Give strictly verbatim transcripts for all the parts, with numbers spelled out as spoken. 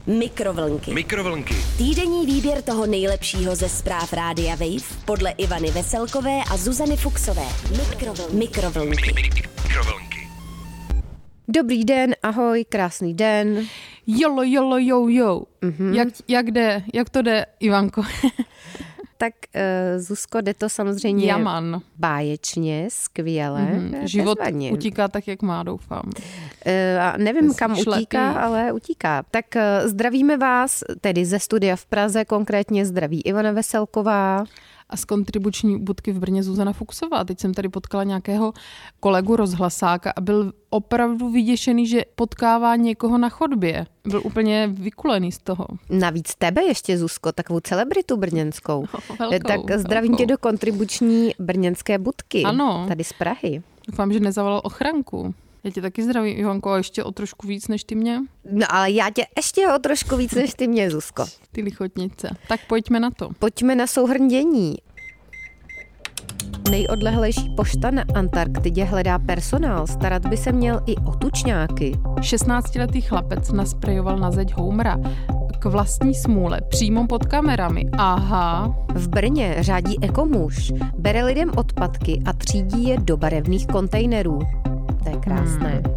Mikrovlnky. Mikrovlnky. Týdenní výběr toho nejlepšího ze zpráv Rádia Wave podle Ivany Veselkové a Zuzany Fuxové. Mikrovlnky. Mikrovlnky. Mikrovlnky. Dobrý den, ahoj, krásný den. Jolo, jolo, jo, jo. Mhm. Jak, jak jde, jak to jde, Ivanko? Tak uh, Zuzko, jde to samozřejmě Jaman. báječně, skvěle. Mm-hmm. Život bezvadně. utíká tak, jak má, doufám. Uh, a nevím, Bez kam šlepí. utíká, ale utíká. Tak uh, zdravíme vás, tedy ze studia v Praze, konkrétně zdraví Ivana Veselková. A z kontribuční budky v Brně Zuzana Fuxová. Teď jsem tady potkala nějakého kolegu rozhlasáka a byl opravdu vyděšený, že potkává někoho na chodbě. Byl úplně vykulený z toho. Navíc tebe ještě, Zuzko, takovou celebritu brněnskou. No, velkou, tak zdravím velkou. tě do kontribuční brněnské budky. Ano. Tady z Prahy. Doufám, že nezavolal ochranku. Já tě taky zdravím, Ivanko, a ještě o trošku víc než ty mě. No ale já tě ještě o trošku víc než ty mě, Zuzko. Ty lichotnice. Tak pojďme na to. Pojďme na souhrn dění. Nejodlehlejší pošta na Antarktidě hledá personál. Starat by se měl i o tučňáky. šestnáctiletý chlapec nasprejoval na zeď Homera k vlastní smůle přímo pod kamerami. Aha. V Brně řádí ekomuž. Bere lidem odpadky a třídí je do barevných kontejnerů. To je krásné. Hmm.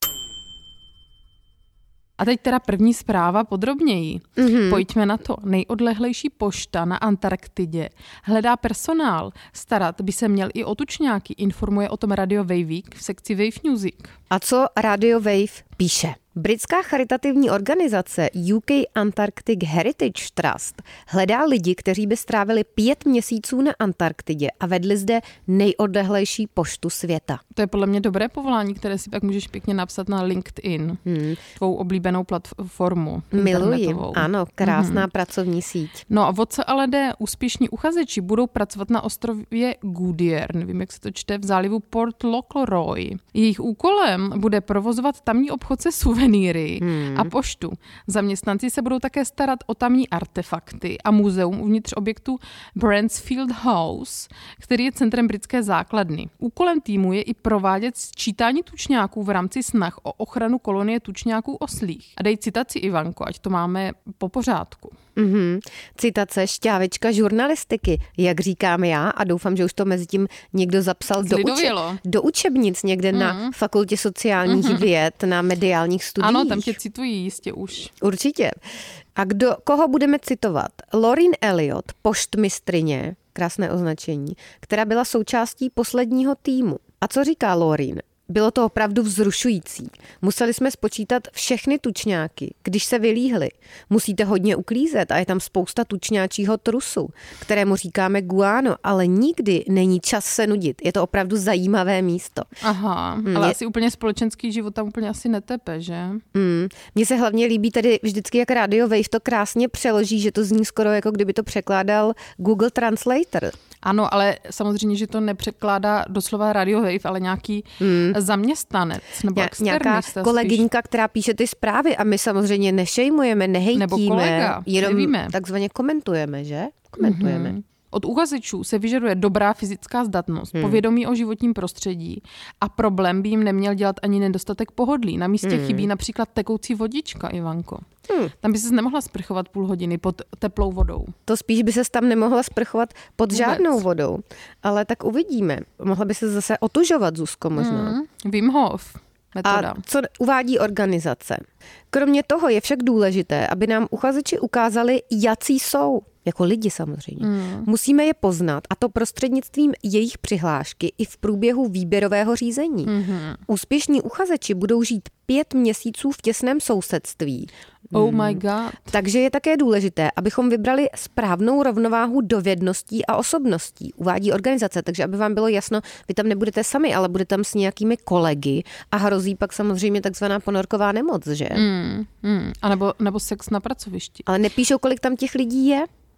A teď teda první zpráva podrobněji. Mhm. Pojďme na to. Nejodlehlejší pošta na Antarktidě hledá personál. Starat by se měl i o tučňáky, informuje o tom Radio Wave Week v sekci Wave Music. A co Radio Wave píše? Britská charitativní organizace U K Antarctic Heritage Trust hledá lidi, kteří by strávili pět měsíců na Antarktidě a vedli zde nejodlehlejší poštu světa. To je podle mě dobré povolání, které si pak můžeš pěkně napsat na LinkedIn, Hmm. tvou oblíbenou platformu Miluji, internetovou. ano, krásná pracovní síť. No a o co ale jde? Úspěšní uchazeči budou pracovat na ostrově Goodyear, nevím, jak se to čte, v zálivu Port Lockroy. Jejich úkolem bude provozovat tamní obchod se suvenýry Hmm. a poštu. Zaměstnanci se budou také starat o tamní artefakty a muzeum uvnitř objektu Bransfield House, který je centrem britské základny. Úkolem týmu je i provádět sčítání tučňáků v rámci snah o ochranu kolonie tučňáků oslích. A dej citaci, Ivanko, ať to máme po pořádku. Mhm. Citace šťávečka žurnalistiky, jak říkám já, a doufám, že už to mezi tím někdo zapsal do, uče- Zlidovělo. do učebnic někde Mhm. na fakultě sociálních Mhm. věd, na mediálních studiích. Ano, tam tě citují jistě už. Určitě. A kdo, koho budeme citovat? Lauren Elliot, poštmistryně, krásné označení, která byla součástí posledního týmu. A co říká Lauren? Bylo to opravdu vzrušující. Museli jsme spočítat všechny tučňáky, když se vylíhly. Musíte hodně uklízet a je tam spousta tučňáčího trusu, kterému říkáme guano, ale nikdy není čas se nudit. Je to opravdu zajímavé místo. Aha, Hmm, ale je- asi úplně společenský život tam úplně asi netepe, že? Mm. Mně se hlavně líbí tady vždycky, jak Radio Wave to krásně přeloží, že to zní skoro jako kdyby to překládal Google Translator. Ano, ale samozřejmě, že to nepřekládá doslova Radio Wave, ale nějaký Mm. zaměstnanec nebo Ně- nějaká externista kolegyňka, která píše ty zprávy a my samozřejmě nešejmujeme, nehejtíme, Nebo kolega, jenom nevíme. takzvaně komentujeme, že? Komentujeme. Mhm. Od uchazečů se vyžaduje dobrá fyzická zdatnost, Hmm. povědomí o životním prostředí a problém by jim neměl dělat ani nedostatek pohodlí. Na místě Hmm. chybí například tekoucí vodička, Ivanko. Hmm. Tam by ses nemohla sprchovat půl hodiny pod teplou vodou. To spíš by se tam nemohla sprchovat pod Vůbec. žádnou vodou. Ale tak uvidíme. Mohla by se zase otužovat, Zuzko, možná. Mm. Wim Hof metoda. A co uvádí organizace? Kromě toho je však důležité, aby nám uchazeči ukázali, jací jsou. Jako lidi samozřejmě. Mm. Musíme je poznat, a to prostřednictvím jejich přihlášky i v průběhu výběrového řízení. Mm-hmm. Úspěšní uchazeči budou žít pět měsíců v těsném sousedství. Oh my god. Takže je také důležité, abychom vybrali správnou rovnováhu dovedností a osobností, uvádí organizace. Takže aby vám bylo jasno, vy tam nebudete sami, ale budete tam s nějakými kolegy a hrozí pak samozřejmě takzvaná ponorková nemoc, že? Mm, mm. A nebo, nebo sex na pracovišti. Ale nepíšou, kolik tam těch lidí je?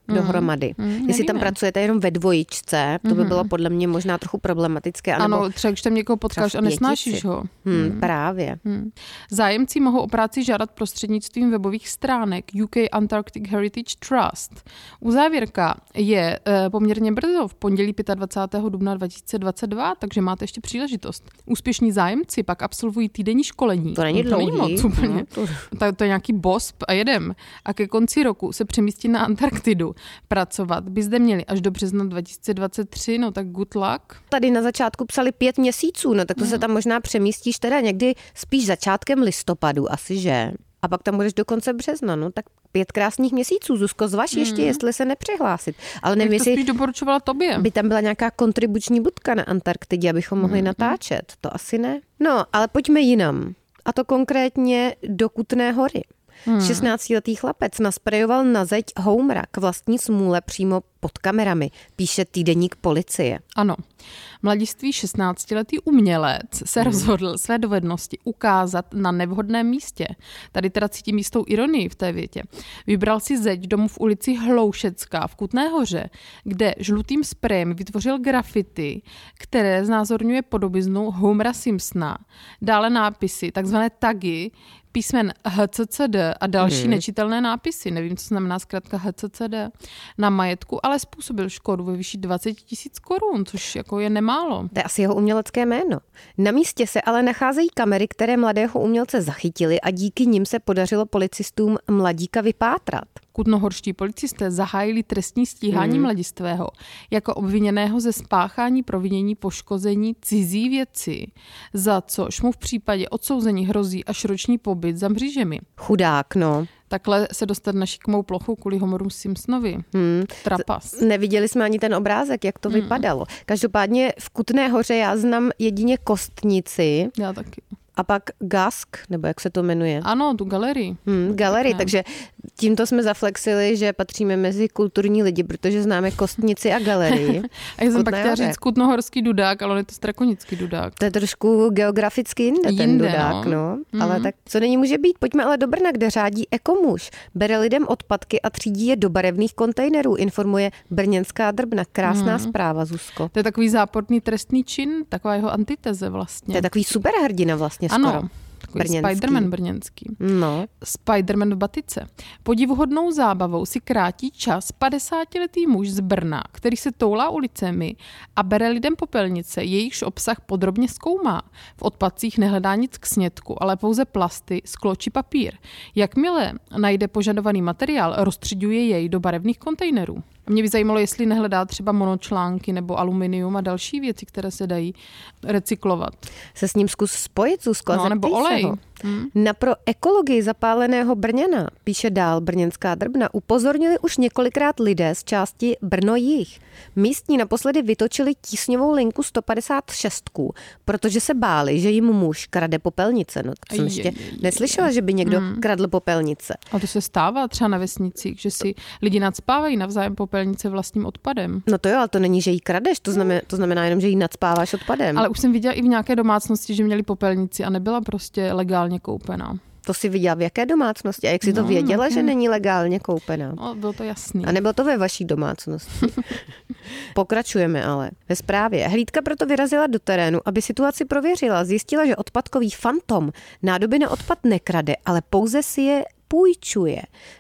mm. dohromady. Mm, Jestli nevíme. Tam pracujete jenom ve dvojičce, to by mm. bylo podle mě možná trochu problematické. Ano, třeba když tam někoho potkáš a nesnášíš ho. Hmm, mm. Právě. Mm. Zájemci mohou o práci žádat prostřednictvím webových stránek U K Antarctic Heritage Trust. Uzávěrka je e, poměrně brzo, v pondělí dvacátého pátého dubna dva tisíce dvacet dva, takže máte ještě příležitost. Úspěšní zájemci pak absolvují týdenní školení. To není dlouhý. To není moc úplně. No, to... To, to je nějaký bosp a jedem. A ke konci roku se přemístí na Antarktidu. Pracovat by zde měli až do března dva tisíce dvacet tři, no tak good luck. Tady na začátku psali pět měsíců, no tak to mm. se tam možná přemístíš teda někdy spíš začátkem listopadu, asi že? A pak tam budeš do konce března, no tak pět krásných měsíců. Zuzko, zvaž mm. ještě, jestli se nepřihlásit. Ale nevím, jestli doporučovala tobě. By tam byla nějaká kontribuční budka na Antarktidě, abychom mohli mm. natáčet. To asi ne. No, ale pojďme jinam. A to konkrétně do Kutné Hory. Hmm. šestnáctiletý chlapec nasprejoval na zeď Homera k vlastní smůle přímo pod kamerami, píše týdeník Policie. Ano. Mladistvý šestnáctiletý umělec se hmm. rozhodl své dovednosti ukázat na nevhodném místě. Tady teda cítím jistou ironii v té větě. Vybral si zeď domu v ulici Hloušecká v Kutné Hoře, kde žlutým sprejem vytvořil grafity, které znázorňuje podobiznu Homera Simpsona. Dále nápisy, takzvané tagy, písmen H C C D a další hmm. nečitelné nápisy, nevím, co znamená zkrátka H C C D, na majetku, ale způsobil škodu ve výši dvacet tisíc korun, což jako je nemálo. To je asi jeho umělecké jméno. Na místě se ale nacházejí kamery, které mladého umělce zachytily a díky nim se podařilo policistům mladíka vypátrat. Kutnohorští policisté zahájili trestní stíhání hmm. mladistvého jako obviněného ze spáchání provinění poškození cizí věci, za což mu v případě odsouzení hrozí až roční pobyt za mřížemi. Chudák, no. Takhle se dostat na šikmou plochu kvůli Homeru Simpsonovi. Hmm. Trapas. Neviděli jsme ani ten obrázek, jak to hmm. vypadalo. Každopádně v Kutné Hoře já znám jedině Kostnici. Já taky. A pak Gask, nebo jak se to jmenuje? Ano, tu galerii. Hmm, galerii, ne. Takže tímto jsme zaflexili, že patříme mezi kulturní lidi, protože známe Kostnici a galerii. A já jsem pak chtěla říct kutnohorský dudák, ale on je to strakonický dudák. To je trošku geograficky jinde, jinde ten dudák, no. no. Mm-hmm. Ale tak co není může být? Pojďme ale do Brna, kde řádí ekomuž. Bere lidem odpadky a třídí je do barevných kontejnerů, informuje brněnská Drbna. Krásná mm-hmm. zpráva, Zuzko. To je takový záporný trestný čin, taková jeho antiteze vlastně. To je takový superhrdina vlastně skoro. Ano. Spiderman brněnský. No. Spiderman v batice. Podivuhodnou zábavou si krátí čas padesátiletý muž z Brna, který se toulá ulicemi a bere lidem popelnice, jejichž obsah podrobně zkoumá. V odpadcích nehledá nic k snědku, ale pouze plasty, sklo či papír. Jakmile najde požadovaný materiál, roztřiďuje jej do barevných kontejnerů. Mě by zajímalo, jestli nehledá třeba monočlánky nebo aluminium a další věci, které se dají recyklovat. Se s ním zkus spojit, Zuzko, no, nebo olej. Hmm. Na pro ekologii zapáleného Brněna, píše dál brněnská Drbna, upozornili už několikrát lidé z části Brno-Jih. Místní naposledy vytočili tísňovou linku sto padesát šest, protože se báli, že jim muž krade popelnice. No, tak jsem ještě neslyšela, že by někdo hmm. kradl popelnice. A to se stává třeba na vesnicích, že si lidi nacpávají navzájem popelnice vlastním odpadem. No to jo, ale to není, že jí kradeš, to znamená, to znamená jenom, že jí nacpáváš odpadem. Ale už jsem viděla i v nějaké domácnosti, že měli popelnici a nebyla prostě legálně koupená. To si viděla v jaké domácnosti? A jak jsi no, to věděla, no, že není legálně koupená? No, bylo to jasný. A nebylo to ve vaší domácnosti? Pokračujeme ale. Ve zprávě. Hlídka proto vyrazila do terénu, aby situaci prověřila. Zjistila, že odpadkový fantom nádoby na odpad nekrade, ale pouze si je půjčuje.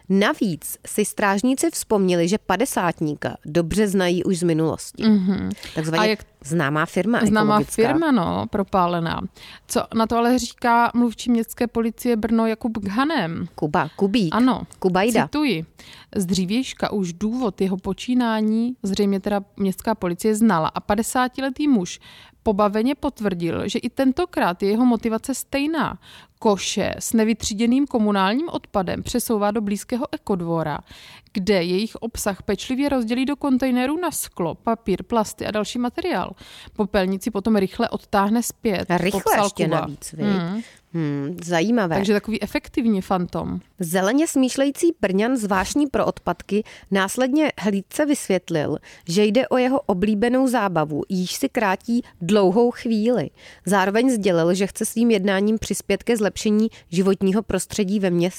Navíc si strážníci vzpomněli, že padesátníka dobře znají už z minulosti. Mm-hmm. Takzvaně jak známá firma Známá ekologická. firma, no, propálená. Co na to ale říká mluvčí městské policie Brno Jakub Ghanem. Kuba, Kubík. Ano, Kubajda. Cituji. Z dřívějška už důvod jeho počínání zřejmě teda městská policie znala a padesátiletý muž pobaveně potvrdil, že i tentokrát je jeho motivace stejná. Koše s nevytříděným komunálním odpadem přesouvá do blízkého ekodvora, kde jejich obsah pečlivě rozdělí do kontejnerů na sklo, papír, plasty a další materiál. Popelnici potom rychle odtáhne zpět. Rychle ještě Kuba. Navíc, hmm. Hmm, zajímavé. Takže takový efektivní fantom. Zeleně smýšlející Brňan zvášní pro odpadky následně hlídce vysvětlil, že jde o jeho oblíbenou zábavu, jíž si krátí dlouhou chvíli. Zároveň sdělil, že chce svým jednáním přispět ke zlepšení životního prostředí ve městě.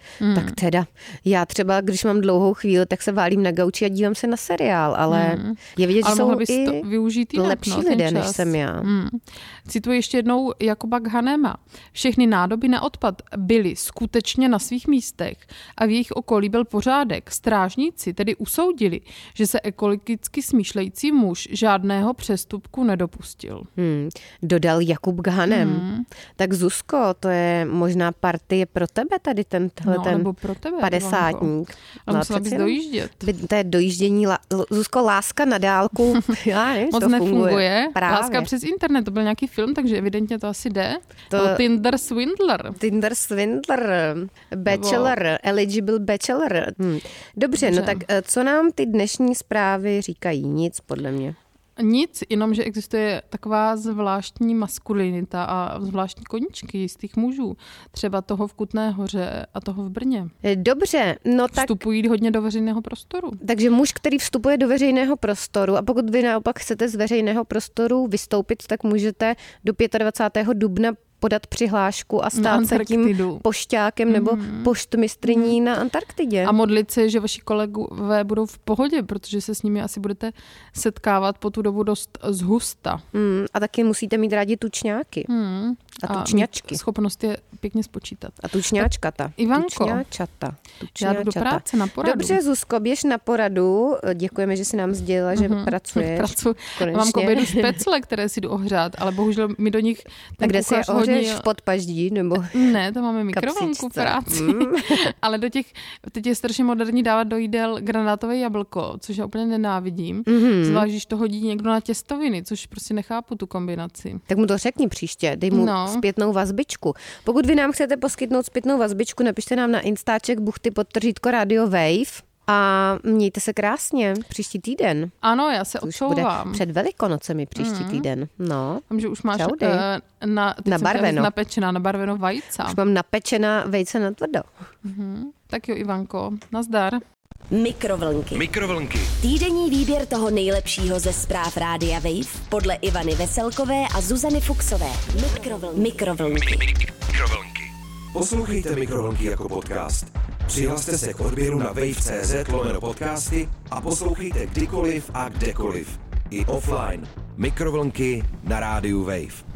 Hmm. Tak teda, já třeba, když mám dlouhou chvíli, tak se válím na gauči a dívám se na seriál, ale hmm. je vidět, ale že jsou i to využít jinak, lepší no, lidé, než jsem já. Hmm. Cituji ještě jednou Jakuba Ghanema. Všechny nádoby na odpad byly skutečně na svých místech a v jejich okolí byl pořádek. Strážníci tedy usoudili, že se ekologicky smýšlející muž žádného přestupku nedopustil. Hmm. Dodal Jakub Ghanem. Hmm. Tak Zuzko, to je možná partie pro tebe tady tenhle no, ten pro tebe, padesátník. Ale musela bys dojíždět. To je dojíždění, Zuzko, láska na dálku. Já nevím, moc to nefunguje. Právě. Láska přes internet, to byl nějaký film, takže evidentně to asi jde. To... No, Tinder Swindler. Tinder Swindler, Bachelor, Nebo... Eligible Bachelor. Hm. Dobře, Dobře, no tak co nám ty dnešní zprávy říkají? Nic, podle mě. Nic, jenom, že existuje taková zvláštní maskulinita a zvláštní koníčky jistých mužů. Třeba toho v Kutné Hoře a toho v Brně. Dobře, no tak... Vstupují hodně do veřejného prostoru. Takže muž, který vstupuje do veřejného prostoru a pokud vy naopak chcete z veřejného prostoru vystoupit, tak můžete do dvacátého pátého dubna podat přihlášku a stát se tím pošťákem nebo mm. poštmistryní mm. na Antarktidě. A modlit se, že vaši kolegové budou v pohodě, protože se s nimi asi budete setkávat po tu dobu dost zhusta. Mm. A taky musíte mít rádi tučňáky. Mm. A tučňačky. A schopnost je pěkně spočítat. A tučňáčkata. Ivanko, tučňáčata. Já jdu do práce na poradu. Dobře, Zuzko, běž na poradu. Děkujeme, že jsi nám sdělila, že mm-hmm. pracuješ. Pracuji. Mám k obědu špecle, které si jdu ohřát, ale bohužel mi do nich ten kde si je ohřeješ v podpaždí? Nebo ne, to máme mikrovlnku v práci. Mm. Ale do těch, teď je strašně moderní dávat do jídel granátové jablko, což já úplně nenávidím. Mm-hmm. Zvlášť, když to hodí někdo na těstoviny, což prostě nechápu tu kombinaci. Tak mu to řekni příště, dej mu no. zpětnou vazbičku. Pokud vy nám chcete poskytnout zpětnou vazbičku, napište nám na Instaček buchty podtržítko Radio Wave. A mějte se krásně příští týden. Ano, já se odsouvám. Bude před Velikonocemi příští mm. týden. No. Vím, že už máš uh, na, nabarveno. napečená, nabarveno vajce. Už mám napečená vejce na tvrdo. Mm-hmm. Tak jo, Ivanko, nazdar. Mikrovlnky. Mikrovlnky. Týdenní výběr toho nejlepšího ze zpráv Rádia Wave podle Ivany Veselkové a Zuzany Fuxové. Mikrovlnky. Mikrovlnky. Mikrovlnky. Poslouchejte Mikrovlnky jako podcast. Přihlaste se k odběru na wave tečka cé zet lomeno podcasty a poslouchejte kdykoliv a kdekoliv. I offline. Mikrovlnky na rádiu Wave.